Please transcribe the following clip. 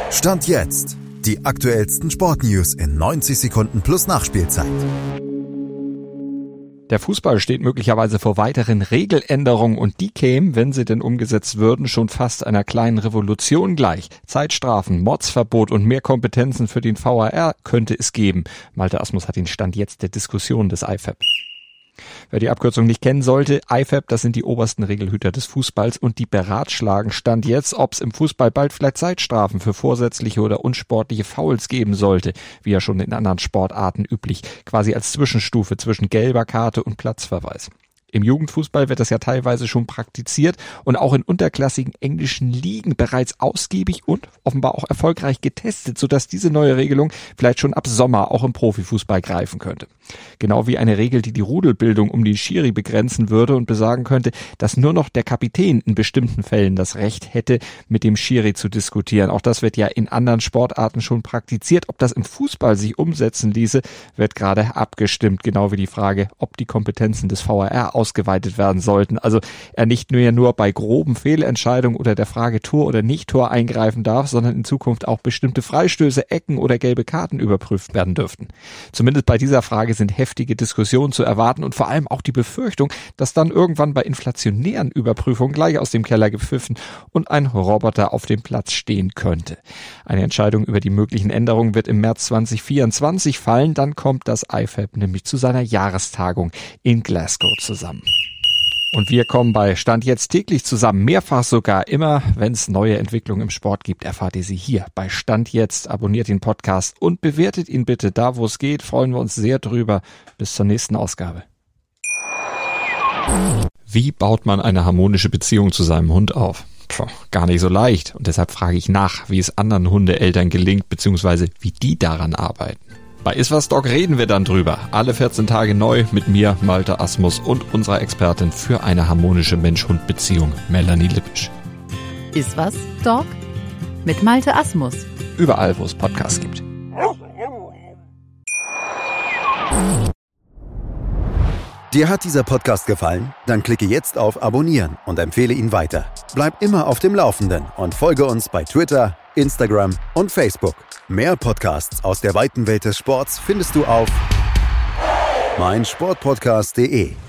Stand jetzt. Die aktuellsten Sportnews in 90 Sekunden plus Nachspielzeit. Der Fußball steht möglicherweise vor weiteren Regeländerungen und die kämen, wenn sie denn umgesetzt würden, schon fast einer kleinen Revolution gleich. Zeitstrafen, Mordsverbot und mehr Kompetenzen für den VAR könnte es geben. Malte Asmus hat den Stand jetzt der Diskussion des IFAB. Wer die Abkürzung nicht kennen sollte, IFAB, das sind die obersten Regelhüter des Fußballs und die beratschlagen Stand jetzt, ob es im Fußball bald vielleicht Zeitstrafen für vorsätzliche oder unsportliche Fouls geben sollte, wie ja schon in anderen Sportarten üblich, quasi als Zwischenstufe zwischen gelber Karte und Platzverweis. Im Jugendfußball wird das ja teilweise schon praktiziert und auch in unterklassigen englischen Ligen bereits ausgiebig und offenbar auch erfolgreich getestet, sodass diese neue Regelung vielleicht schon ab Sommer auch im Profifußball greifen könnte. Genau wie eine Regel, die die Rudelbildung um den Schiri begrenzen würde und besagen könnte, dass nur noch der Kapitän in bestimmten Fällen das Recht hätte, mit dem Schiri zu diskutieren. Auch das wird ja in anderen Sportarten schon praktiziert. Ob das im Fußball sich umsetzen ließe, wird gerade abgestimmt. Genau wie die Frage, ob die Kompetenzen des VAR ausgeweitet werden sollten. Also er nicht nur bei groben Fehlentscheidungen oder der Frage Tor oder Nicht-Tor eingreifen darf, sondern in Zukunft auch bestimmte Freistöße, Ecken oder gelbe Karten überprüft werden dürften. Zumindest bei dieser Frage sind heftige Diskussionen zu erwarten und vor allem auch die Befürchtung, dass dann irgendwann bei inflationären Überprüfungen gleich aus dem Keller gepfiffen und ein Roboter auf dem Platz stehen könnte. Eine Entscheidung über die möglichen Änderungen wird im März 2024 fallen. Dann kommt das IFAB nämlich zu seiner Jahrestagung in Glasgow zusammen. Und wir kommen bei Stand jetzt täglich zusammen, mehrfach sogar. Immer wenn es neue Entwicklungen im Sport gibt, erfahrt ihr sie hier bei Stand jetzt. Abonniert den Podcast und bewertet ihn bitte da, wo es geht. Freuen wir uns sehr drüber. Bis zur nächsten Ausgabe. Wie baut man eine harmonische Beziehung zu seinem Hund auf? Gar nicht so leicht. Und deshalb frage ich nach, wie es anderen Hundeeltern gelingt, beziehungsweise wie die daran arbeiten. Bei Iswas Dog reden wir dann drüber. Alle 14 Tage neu mit mir, Malte Asmus und unserer Expertin für eine harmonische Mensch-Hund-Beziehung, Melanie Lippisch. Iswas Dog mit Malte Asmus. Überall, wo es Podcasts gibt. Dir hat dieser Podcast gefallen? Dann klicke jetzt auf Abonnieren und empfehle ihn weiter. Bleib immer auf dem Laufenden und folge uns bei Twitter, Instagram und Facebook. Mehr Podcasts aus der weiten Welt des Sports findest du auf meinsportpodcast.de.